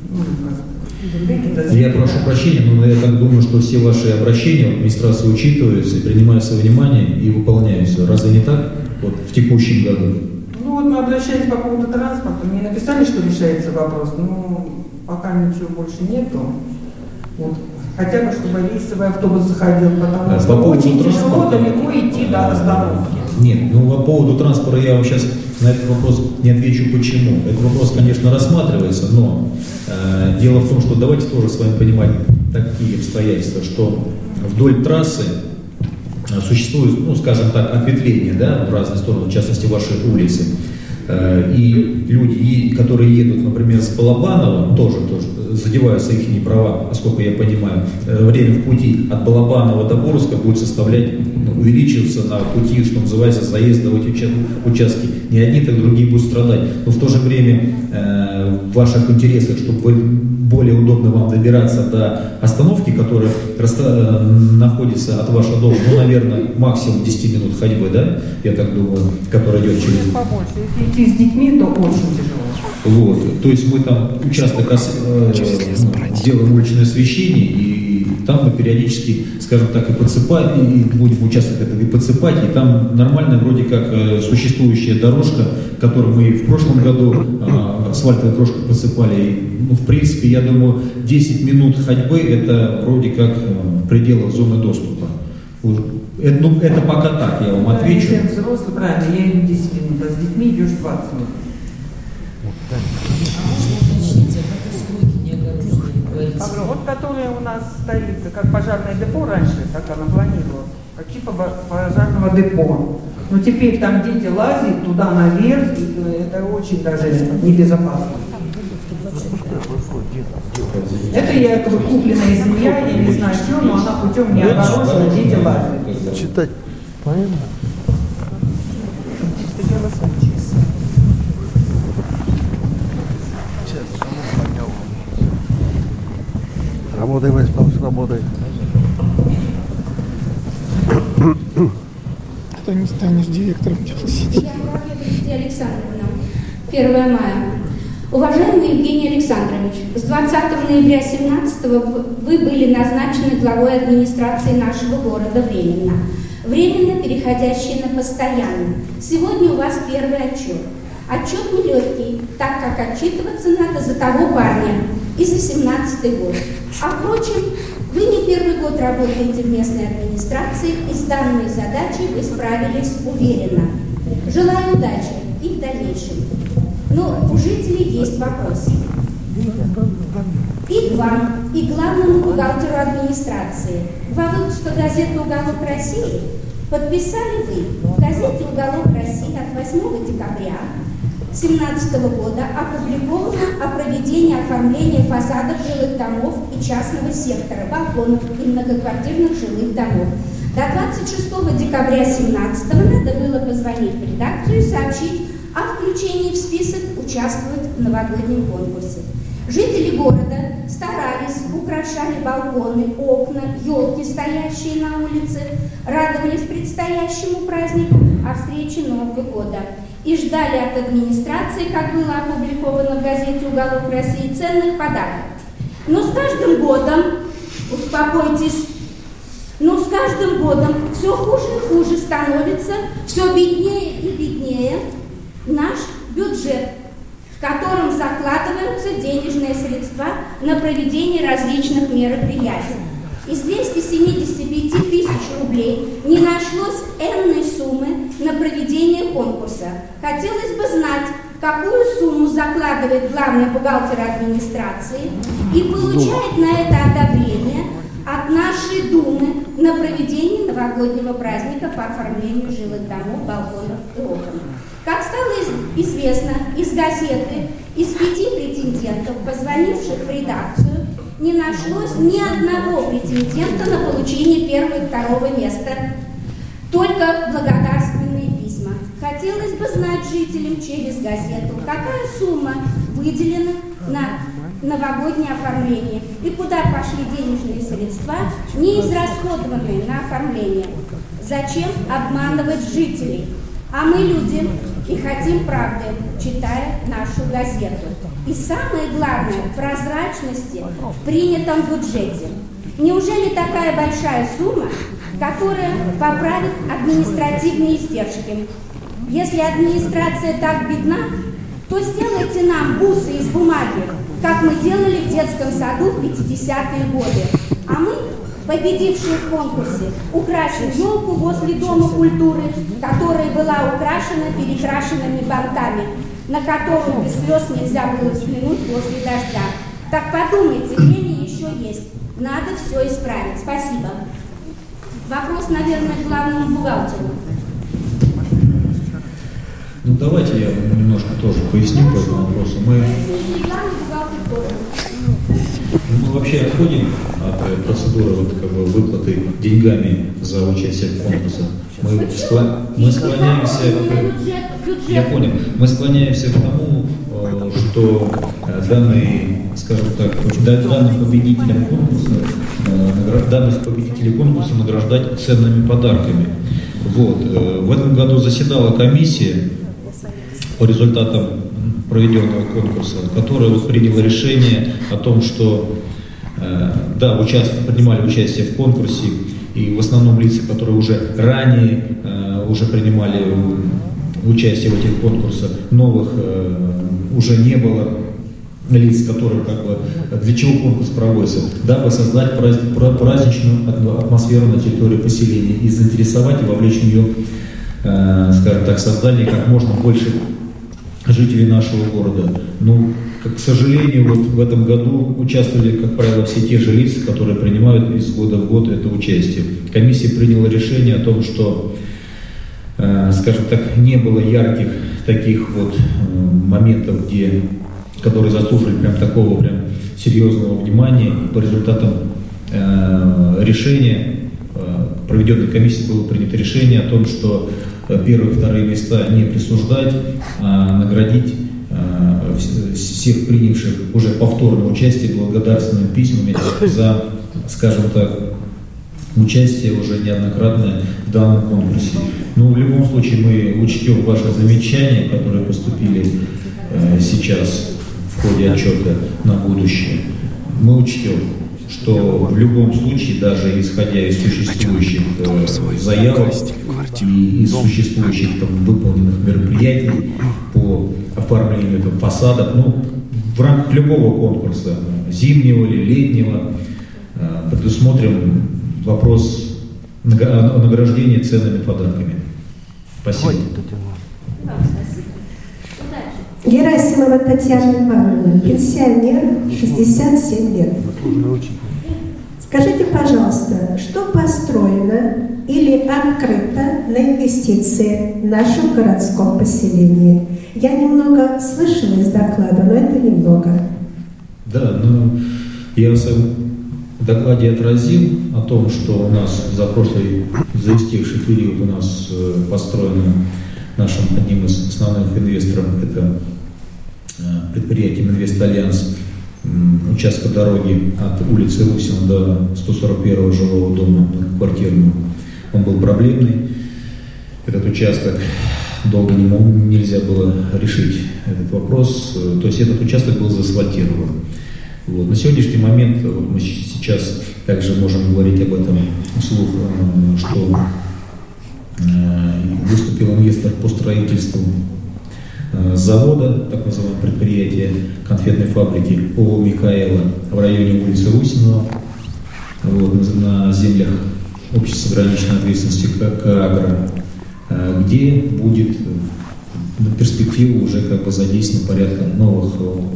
Я прошу прощения, но я так думаю, что все ваши обращения в администрации учитываются и принимаются во внимание и выполняются. Разве не так? В текущем году. Мы обращались по поводу транспорта, мне написали, что решается вопрос, но пока ничего больше нету. Хотя бы, чтобы рейсовый автобус заходил, потому что очень тяжело далеко идти до остановки. Нет, по поводу транспорта я вам сейчас на этот вопрос не отвечу почему. Этот вопрос, конечно, рассматривается, но дело в том, что давайте тоже с вами понимать такие обстоятельства, что вдоль трассы существует, скажем так, ответвление, в разные стороны, в частности, вашей улицы. И люди, которые едут, например, с Балабанова, тоже задеваются их права, насколько я понимаю. Время в пути от Балабанова до Боровска будет составлять, увеличиваться на пути, что называется, заезда в эти участки. Не одни, так другие будут страдать. Но в то же время в ваших интересах, чтобы более удобно вам добираться до остановки, которая находится от вашего дома, ну, наверное, максимум 10 минут ходьбы, да, я так думаю, которая идет через... Побольше. Если идти с детьми, то очень тяжело. Вот, то есть мы там участок делаем уличное освещение, и там мы периодически, скажем так, и подсыпаем, и будем участок этот и подсыпать, и там нормальная вроде как существующая дорожка, которую мы в прошлом году асфальтовой крошкой подсыпали. И, ну, в принципе, я думаю, 10 минут ходьбы это вроде как в пределах зоны доступа. Это пока так, я вам отвечу. Если взрослый, правильно, я иду 10 минут, а с детьми идешь 20 минут. Вот которая у нас стоит, как пожарное депо раньше, как она планировалась, как типа пожарного депо. Но теперь там дети лазят туда наверх, и это очень даже небезопасно. Это якобы купленная земля, я не знаю что, но она путем не огорожена, дети лазят. Читать поэму. Работай, Васька, работай. Ты не станешь директором сидеть. Я Евгения Александровна. 1 мая. Уважаемый Евгений Александрович, с 20 ноября 2017 вы были назначены главой администрации нашего города временно. Временно переходящий на постоянный. Сегодня у вас первый отчет. Отчет нелегкий, так как отчитываться надо за того парня и за 2017 год. А впрочем, вы не первый год работаете в местной администрации, и с данной задачей вы справились уверенно. Желаю удачи и в дальнейшем. Но у жителей есть вопросы. И к вам, и главному бухгалтеру администрации. Во выпуске газеты «Уголок России» подписали вы в газете «Уголок России» от 8 декабря 2017 года опубликовано о проведении оформления фасадов жилых домов и частного сектора, балконов и многоквартирных жилых домов. До 26 декабря 2017 надо было позвонить в редакцию и сообщить о включении в список участвовать в новогоднем конкурсе. Жители города старались, украшали балконы, окна, елки, стоящие на улице, радовались предстоящему празднику, о встрече Нового года. И ждали от администрации, как было опубликовано в газете «Уголок России», ценных подарков. Но с каждым годом, успокойтесь, но с каждым годом все хуже и хуже становится, все беднее и беднее наш бюджет, в котором закладываются денежные средства на проведение различных мероприятий. Из 275 тысяч рублей не нашлось энной суммы на проведение конкурса. Хотелось бы знать, какую сумму закладывает главный бухгалтер администрации и получает на это одобрение от нашей Думы на проведение новогоднего праздника по оформлению жилых домов, балконов и окон. Как стало известно из газеты, из 5 претендентов, позвонивших в редакцию, не нашлось ни одного претендента на получение первого и второго места, только благодарственные письма. Хотелось бы знать жителям через газету, какая сумма выделена на новогоднее оформление и куда пошли денежные средства, не израсходованные на оформление. Зачем обманывать жителей? А мы люди и хотим правды, читая нашу газету. И самое главное – прозрачности в принятом бюджете. Неужели такая большая сумма, которая поправит административные издержки? Если администрация так бедна, то сделайте нам бусы из бумаги, как мы делали в детском саду в 50-е годы. А мы, победившие в конкурсе, украсим елку возле Дома культуры, которая была украшена перекрашенными бантами, на которую без слез нельзя было взглянуть после дождя. Так подумайте, время еще есть. Надо все исправить. Спасибо. Вопрос, наверное, к главному бухгалтеру. Ну давайте я немножко тоже поясню по этому вопросу. Мы вообще отходим от процедуры выплаты деньгами за участие в конкурсах. Мы склоняемся, я понял, мы склоняемся к тому, что данные, скажем так, данных победителей конкурса награждать ценными подарками. Вот. В этом году заседала комиссия по результатам проведенного конкурса, которая приняла решение о том, что да, принимали участие в конкурсе, и в основном лица, которые уже ранее уже принимали участие в этих конкурсах, новых уже не было лиц, которые для чего конкурс проводится, дабы создать праздничную атмосферу на территории поселения и заинтересовать и вовлечь в нее, скажем так, создание как можно больше жителей нашего города. Но, к сожалению, вот в этом году участвовали, как правило, все те же лица, которые принимают из года в год это участие. Комиссия приняла решение о том, что, скажем так, не было ярких таких вот моментов, которые заслуживали прям такого прям серьезного внимания. И по результатам решения проведенной комиссии было принято решение о том, что первые и вторые места не присуждать, а наградить всех принявших уже повторное участие благодарственными письмами за, скажем так, участие уже неоднократное в данном конкурсе. Но в любом случае мы учтем ваши замечания, которые поступили сейчас в ходе отчета на будущее. Мы учтем, что в любом случае, даже исходя из существующих заявок и из существующих выполненных мероприятий по оформлению фасадов, в рамках любого конкурса, зимнего или летнего, предусмотрим вопрос награждения ценными подарками. Спасибо. Герасимова Татьяна Ивановна, пенсионер, 67 лет. Скажите, пожалуйста, что построено или открыто на инвестиции в нашем городском поселении? Я немного слышала из доклада, но это немного. Да, я в своем докладе отразил о том, что у нас за истекший период у нас построено нашим одним из основных инвесторов, это предприятием «Инвестальянс», участка дороги от улицы Русина до 141-го жилого дома многоквартирного. Он был проблемный, этот участок, долго нельзя было решить этот вопрос, то есть этот участок был заасфальтирован. Вот. На сегодняшний момент мы сейчас также можем говорить об этом вслух, что выступил инвестор по строительству завода, так называемого предприятия конфетной фабрики ООО «Микаэла» в районе улицы Русинова, на землях общества с ограниченной ответственностью КАГРО, где будет на перспективу уже задействовано порядка новых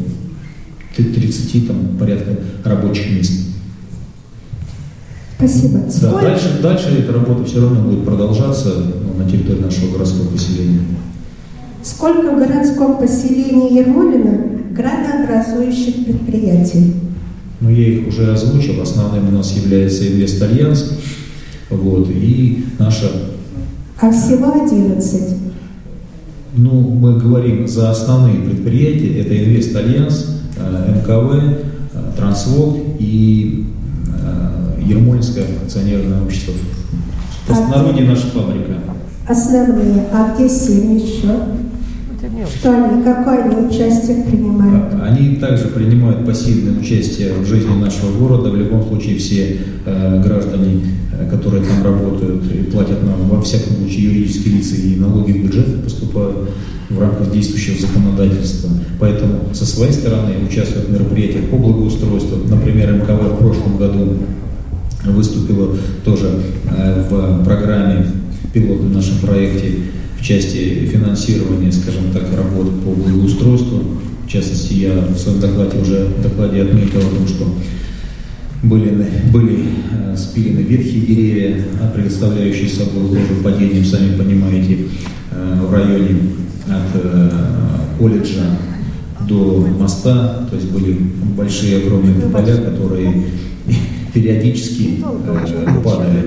30 порядка рабочих мест. Спасибо. Да, дальше эта работа все равно будет продолжаться на территории нашего городского поселения. Сколько в городском поселении Ермолино градообразующих предприятий? Я их уже озвучил. Основным у нас является «Инвестальянс». И наша... А всего 11? Мы говорим за основные предприятия. Это «Инвестальянс», МКВ, «Трансволк» и Ермолинское акционерное общество. В простонародье наша фабрика. Основные. А где 7 еще? Какое они участие принимают? Они также принимают пассивное участие в жизни нашего города. В любом случае все граждане, которые там работают и платят нам, во всяком случае, юридические лица и налоги в бюджет поступают в рамках действующего законодательства. Поэтому со своей стороны участвуют в мероприятиях по благоустройству. Например, МКВ в прошлом году выступила тоже в программе, пилотном нашем проекте, в части финансирования, скажем так, работ по благоустройству. В частности, я в своем докладе отметил о том, что были спилены ветхие деревья, представляющие собой угрозу падения, сами понимаете, в районе от колледжа до моста, то есть были большие огромные тополя, которые периодически падали.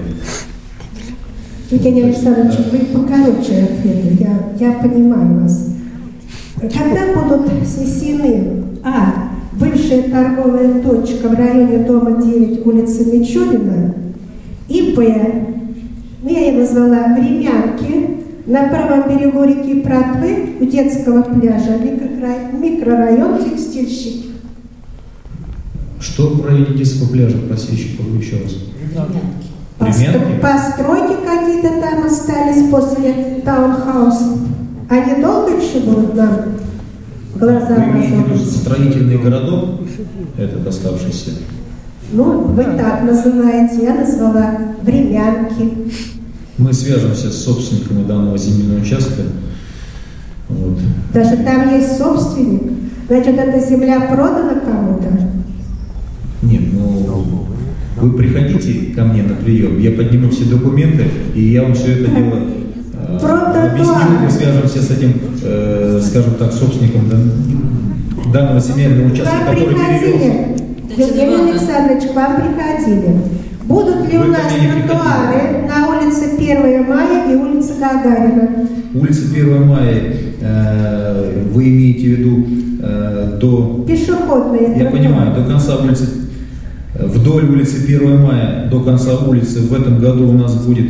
Евгений Александрович, вы покороче ответы, я понимаю вас. Когда будут снесены бывшая торговая точка в районе дома 9, улицы Мичурина, и я ее назвала Времянки, на правом берегу реки Протвы у детского пляжа, микрорайон Текстильщики. Что в районе детского пляжа, просещик, еще раз? Времянки? Постройки какие-то там остались после таунхауса. Они долго еще будут нам глаза Вы имеете в виду мозолить? строительный городок, этот оставшийся? Ну, вы так называете, я назвала Времянки. Мы свяжемся с собственниками данного земельного участка. Вот. Даже там есть собственник. Значит, эта земля продана кому-то? Нет, вы приходите ко мне на прием, я подниму все документы, и я вам все это дело объясню. Мы свяжемся с этим, скажем так, собственником данного земельного участка, который перевел. Евгений Александрович, к вам приходили. Будут ли у нас тротуары на улице 1 мая и улице Гагарина? Улица 1 мая, вы имеете в виду до... Пешеходные. Я понимаю, до конца улицы, вдоль улицы 1 мая до конца улицы в этом году у нас будет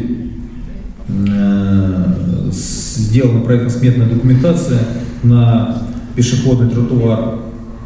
сделана проектно-сметная документация на пешеходный тротуар.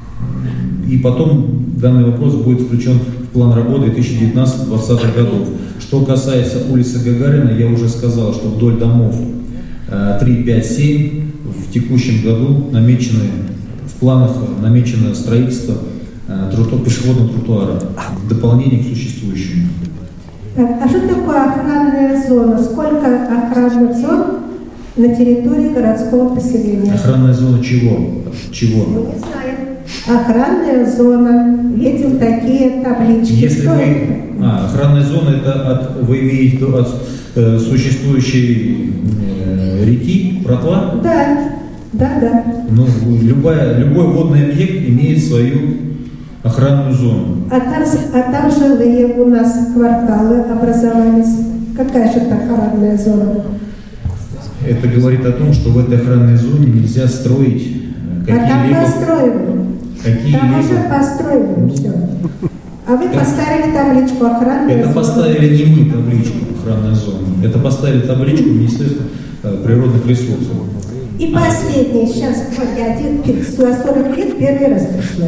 И потом данный вопрос будет включен в план работы 2019-2020 годов. Что касается улицы Гагарина, я уже сказал, что вдоль домов 3, 5, 7 в текущем году в планах намечено строительство пешеходного тротуара в дополнение к существующему. А что такое охранная зона? Сколько охранных зон на территории городского поселения? Охранная зона чего? Чего? Мы не знаем. Охранная зона. Видим такие таблички. Если Что вы... это? Охранная зона, это вы имеете в виду от существующей реки Протва? Да. Ну, любой водный объект имеет свою охранную зону. А там жилые у нас кварталы образовались. Какая же это охранная зона? Это говорит о том, что в этой охранной зоне нельзя строить там построено. Там уже построено все. А вы поставили табличку охранная зона. Это поставили не мы табличку охранная зона. Это поставили табличку Министерства природных ресурсов. И последнее, сейчас я 40 лет первый раз пришла.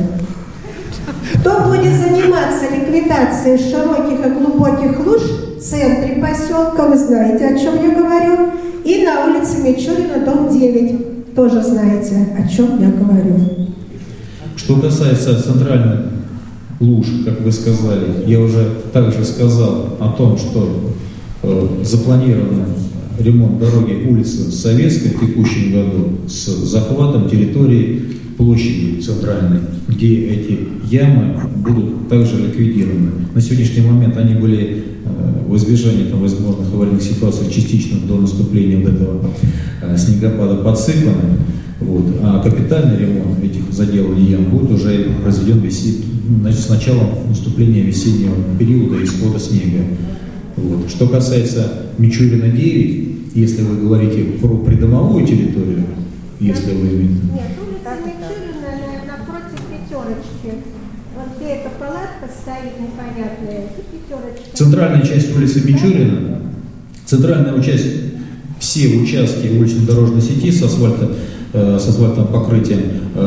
Кто будет заниматься ликвидацией широких и глубоких луж в центре поселка, вы знаете, о чем я говорю, и на улице Мичурина, дом 9, тоже знаете, о чем я говорю. Что касается центральных луж, как вы сказали, я уже также сказал о том, что запланирован ремонт дороги улицы Советской в текущем году с захватом территории площади центральной, где эти ямы будут также ликвидированы. На сегодняшний момент они были в избежании возможных аварийных ситуаций частично до наступления вот этого снегопада подсыпаны. А капитальный ремонт этих заделаний ям будет уже произведен с началом наступления весеннего периода и исхода снега. Что касается Мичурина 9, если вы говорите про придомовую территорию, если вы имеете... Нет, улица Мичурина напротив Пятерочки. Вот где эта палатка стоит непонятная, и Пятерочка. Центральная часть улицы Мичурина, центральная часть, все участки улично-дорожной сети с асфальтовым покрытием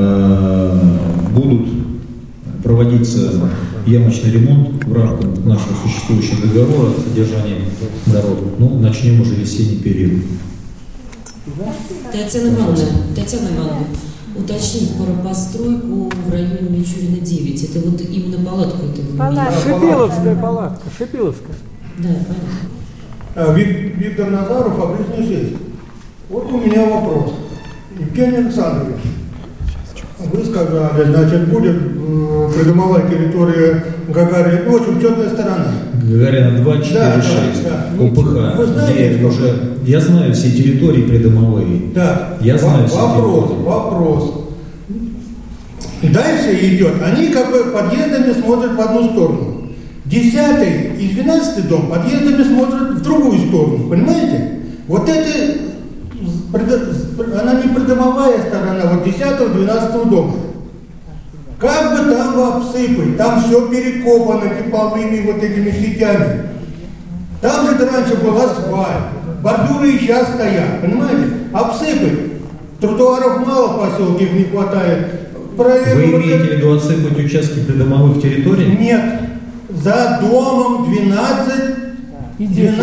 будут проводиться ямочный ремонт в рамках нашего существующего договора о содержании дорог. Начнем уже весенний период. Татьяна Ивановна, уточнить про постройку в районе Мичурина 9. Это вот именно палатку это вы имеете? Шипиловская палатка, Шипиловская. Да, понятно. Виктор Назаров, Обрезная 6. Вот у меня вопрос. Евгений Александрович, вы сказали, значит, будет придомовая территория Гагарина, в общем, темная сторона. Гагарина 2, 4, 6, ОПХ. Вы знаете, уже... Я знаю все территории придомовые. Да. Я знаю все территории. Вопрос. Дальше идет, они как бы подъездами смотрят в одну сторону. 10 и 12 дом подъездами смотрят в другую сторону, понимаете? Вот это, она не придомовая. придомовая сторона, вот 10-12 дома. Как бы там обсыпать, там все перекопано тепловыми вот этими сетями. Там же раньше был асфальт, бордюры и сейчас стоят, понимаете? Обсыпать. Тротуаров мало в поселке, их не хватает. Вы имеете в виду отсыпать участки придомовых территорий? Нет. За домом 12 и 10.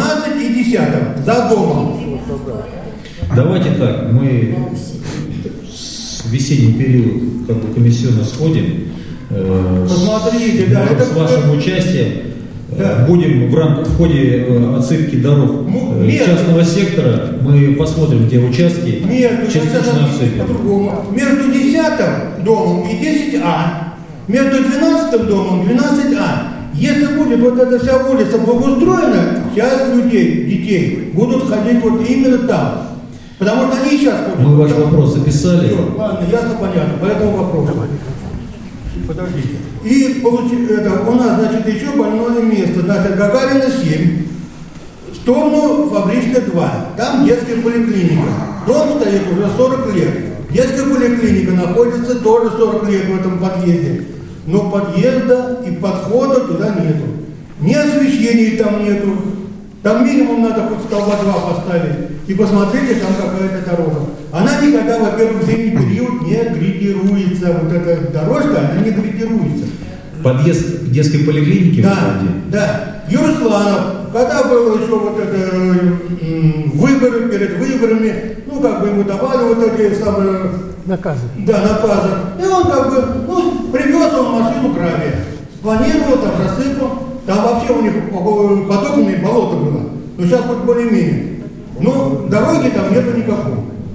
За домом. Давайте так, мы в весенний период как бы комиссионно сходим. Посмотрите, да, это с вашим участием. Да. Будем в ходе отсыпки дорог частного сектора, мы посмотрим те участки, частично отсыпем. Между 10 домом и 10А, между 12 домом и 12А, если будет вот эта вся улица благоустроена, сейчас детей будут ходить вот именно там. Потому что они сейчас ходят. Мы ваш вопрос записали. Все, ладно, ясно, понятно, по этому вопросу. Подождите. И у нас, значит, еще больное место, значит, Гагарина 7, в сторону Фабричной 2, там детская поликлиника. Дом стоит уже 40 лет. Детская поликлиника находится тоже 40 лет в этом подъезде. Но подъезда и подхода туда нету. Ни освещения там нету. Там минимум надо хоть столба 2 поставить. И посмотрите, там какая-то дорога. Она никогда, во-первых, в зимний период не грейдируется. Вот эта дорожка, она не грейдируется. Подъезд к детской поликлинике? Да. Юрусланов, когда было еще вот это выборы, перед выборами, ну как бы ему давали вот эти самые... Наказы. Да, наказы. И он как бы, привез он машину гравия. Спланировал, там рассыпал. Там вообще у них под окнами болото было. Но сейчас хоть более-менее. Но дороги там нету никакой.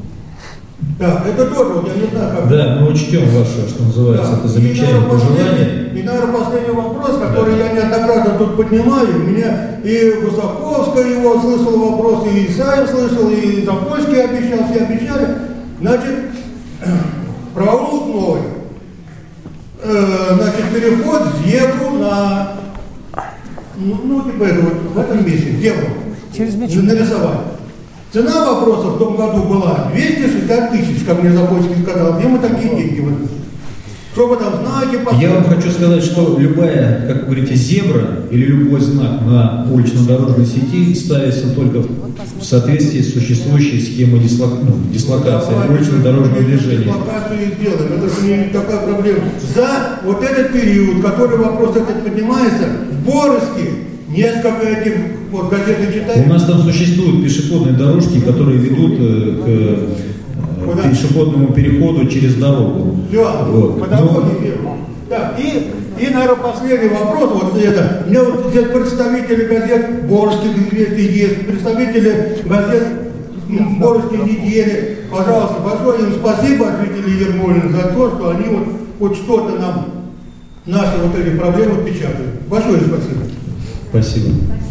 Да, это тоже, вот я не знаю, как... Да, мы учтем ваше, что называется, это замечание, пожелание. И, наверное, последний вопрос, который я неоднократно тут поднимаю. У меня и Гусаковская его слышал вопрос, и Исаев слышал, и Запольский обещал, все обещали. Значит, проволок новый. Значит, переход с Зебру на... типа это вот в этом месте, Зебру. Через нарисовать. Цена вопроса в том году была 260 тысяч, как мне Запольский сказал. Где мы такие деньги возьмем? Чтобы там знаки поставить. Я вам хочу сказать, что любая, как вы говорите, зебра или любой знак на улично-дорожной сети ставится только в соответствии с существующей схемой дислокации улично-дорожного движения. Дислокацию и сделаем. Это же не такая проблема. За вот этот период, который вопрос этот поднимается, в Боровске несколько этих, вот газеты читают. У нас там существуют пешеходные дорожки, которые ведут к пешеходному переходу через дорогу. Все, вот. По дороге. Так, и, наверное, последний вопрос. Вот это. У меня вот здесь представители газет Боровских известий есть, представители газет Боровской недели. Пожалуйста, большое им спасибо от жителей Ермолина за то, что они вот хоть что-то нам, наши вот эти проблемы печатают. Большое спасибо. Спасибо.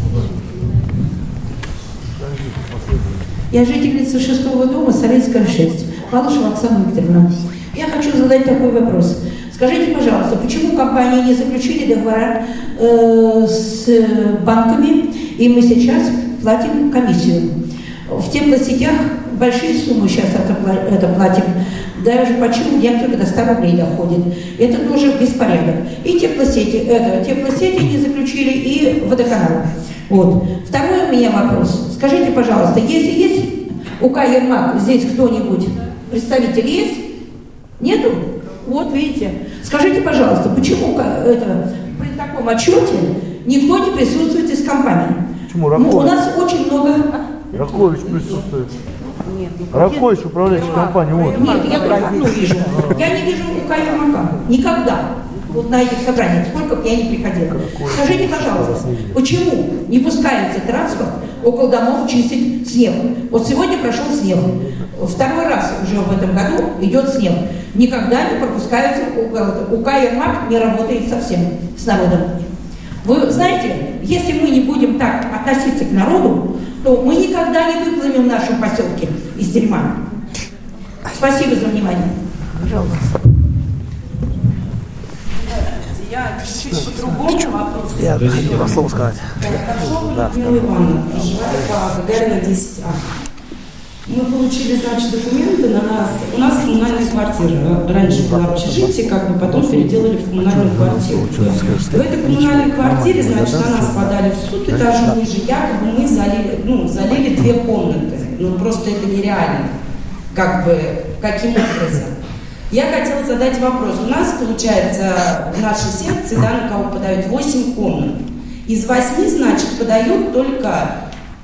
Я жительница 6-го дома, Советская 6, Малышева Оксана Викторовна. Я хочу задать такой вопрос. Скажите, пожалуйста, почему компании не заключили договора с банками, и мы сейчас платим комиссию? В теплосетях большие суммы сейчас это платим. Даже почему некоторые до 100 рублей доходит. Это тоже беспорядок. И теплосети не заключили, и водоканал. Вот. Второй у меня вопрос. Скажите, пожалуйста, если есть УК Ермак, здесь кто-нибудь, представитель есть? Нету? Вот, видите. Скажите, пожалуйста, почему при таком отчете никто не присутствует из компании? Почему? Ракович. У нас очень много... Ракович присутствует. Нет, Ракович, управляющая компания. Вот. Нет, я только одну вижу. Я не вижу УК Ермака. Никогда. Вот на этих собраниях, сколько бы я ни приходила. Скажите, пожалуйста, почему не пускается транспорт около домов чистить снег? Вот сегодня прошел снег. Второй раз уже в этом году идет снег. Никогда не пропускается УК Ермак, не работает совсем с народом. Вы знаете, если мы не будем так относиться к народу, то мы никогда не выплывем в нашем поселке из дерьма. Спасибо за внимание. Пожалуйста. Я чуть-чуть по-другому вопрос. Я хотела слово сказать. Людмила Ивановна, проживаю по Гагарина 10А. И Мы получили, значит, документы на нас. У нас коммунальная квартира. Раньше была общежитие, как бы потом переделали в коммунальную квартиру. В этой коммунальной квартире, значит, на нас подали в суд этажом ниже. Якобы мы залили 2 комнаты. Ну, просто это нереально. Как бы, каким образом? Я хотела задать вопрос. У нас, получается, в нашей секции, да, на кого подают 8 комнат. Из 8, значит, подают только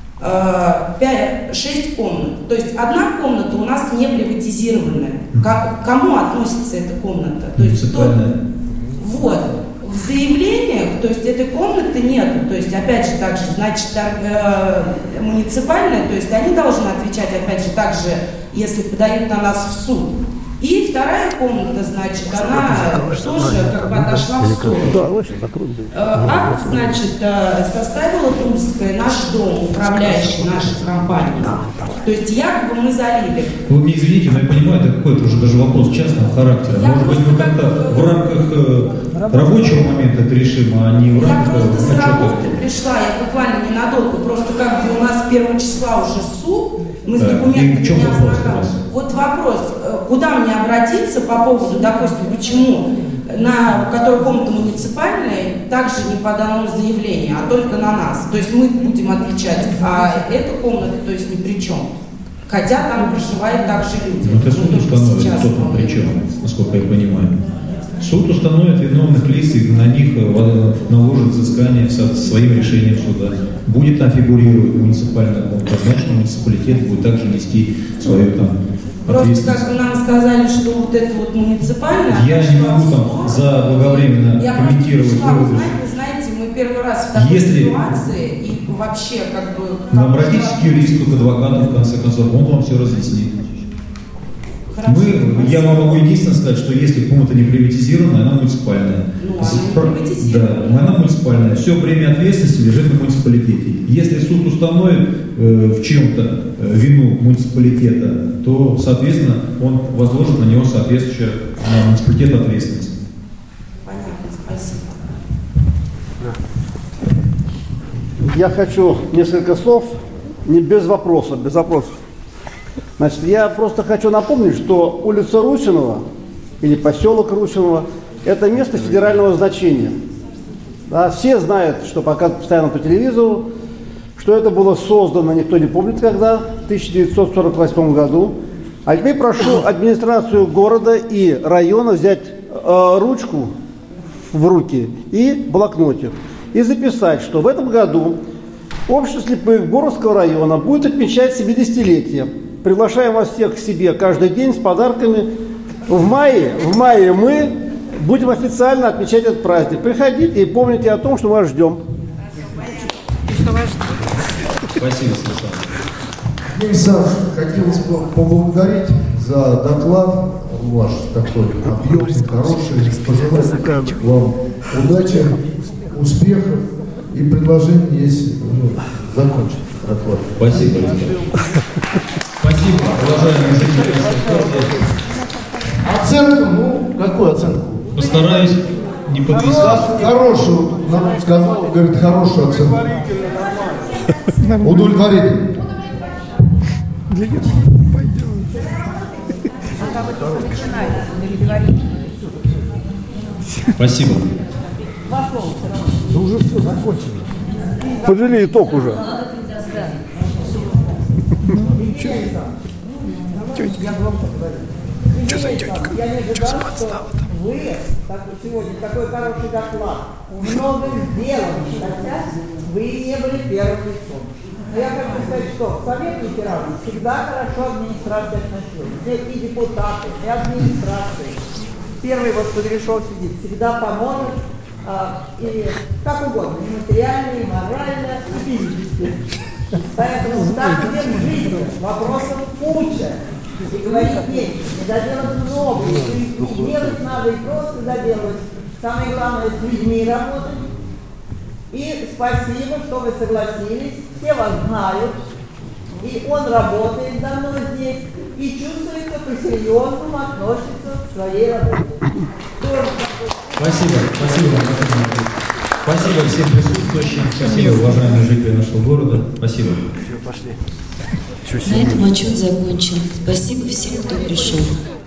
6 комнат. То есть одна комната у нас не приватизированная. К кому относится эта комната? То есть вот. В заявлениях, то есть этой комнаты нету. То есть, опять же, так же, значит, муниципальная, то есть они должны отвечать, опять же, так же, если подают на нас в суд. И вторая комната, значит, она тоже как бы отошла в сторону. Акт, значит, составила Тульская, наш дом, управляющий нашей компанией. То есть якобы мы залили. Вы мне извините, но я понимаю, это какой-то уже даже вопрос частного характера. Может быть, мы как-то в рамках рабочего момента это решим, а не в рамках... Я просто с работы пришла, я буквально ненадолго, просто как бы у нас 1 числа уже суд, мы с документами не ознакомились. Вот вопрос, куда мне обратиться по поводу, допустим, почему на которой комната муниципальная также не подано заявление, а только на нас. То есть мы будем отвечать, а эта комната, то есть ни при чем. Хотя там проживают также люди. Но это суд установит, кто там при чем, насколько я понимаю. Суд установит виновных лиц и на них наложит взыскание своим решением суда. Будет там фигурировать муниципальная комната, значит муниципалитет будет также нести свою там ответственность. Просто как бы нам сказали, что вот это вот муниципальная... Я не могу там заблаговременно комментировать выводы. Знаете, мы первый раз в такой ситуации и вообще как бы... Но обратитесь к юристу, к адвокату, в конце концов, он вам все разъяснит. Я вам могу единственное сказать, что если комната не приватизирована, она муниципальная. Да, она муниципальная. Все бремя ответственности лежит на муниципалитете. Если суд установит в чем-то вину муниципалитета, то, соответственно, он возложит на него соответствующую на муниципалитет ответственность. Понятно, спасибо. Я хочу несколько слов, не без вопросов, без вопросов. Значит, я просто хочу напомнить, что улица Русинова или поселок Русинова – это место федерального значения. Да, все знают, что показывают постоянно по телевизору, что это было создано, никто не помнит когда, в 1948 году. А теперь прошу администрацию города и района взять ручку в руки и блокнотик и записать, что в этом году общество слепых Боровского района будет отмечать 70-летие. Приглашаем вас всех к себе каждый день с подарками. В мае мы будем официально отмечать этот праздник. Приходите и помните о том, что мы вас ждем. Спасибо, Станислав. Саш, хотелось бы поблагодарить за доклад ваш такой объемный, хороший. Пожелать вам удачи, успехов и предложение есть закончить доклад. Спасибо. Спасибо, уважаемые жители города. Оценку, какую оценку? Постараюсь не подвести. Хорошую, нам сказал, говорит, хорошую оценку. Удовлетворительно. Спасибо. Да уже все, закончили. Подвели итог уже. Что за тетка? Что за подстава там? Вы сегодня такой хороший доклад, многим сделали, хотя вы не были первым лицом. Но я хочу сказать, что в Совет ветеранов всегда хорошо администрация относилась. Здесь и депутаты, и администрация. Первый вот Кудряшов сидит, всегда поможет, и как угодно, и материально, и морально, и физически. Поэтому так держите, вопросов куча. И говорить нечего, не доделать много, и делать надо, и просто доделать. Самое главное, с людьми работать. И спасибо, что вы согласились, все вас знают, и он работает давно здесь, и чувствуется, по-серьезному относится к своей работе. Спасибо, спасибо. Спасибо всем присутствующим. Спасибо, уважаемые жители нашего города. Спасибо. На этом отчет закончен. Спасибо всем, кто пришел.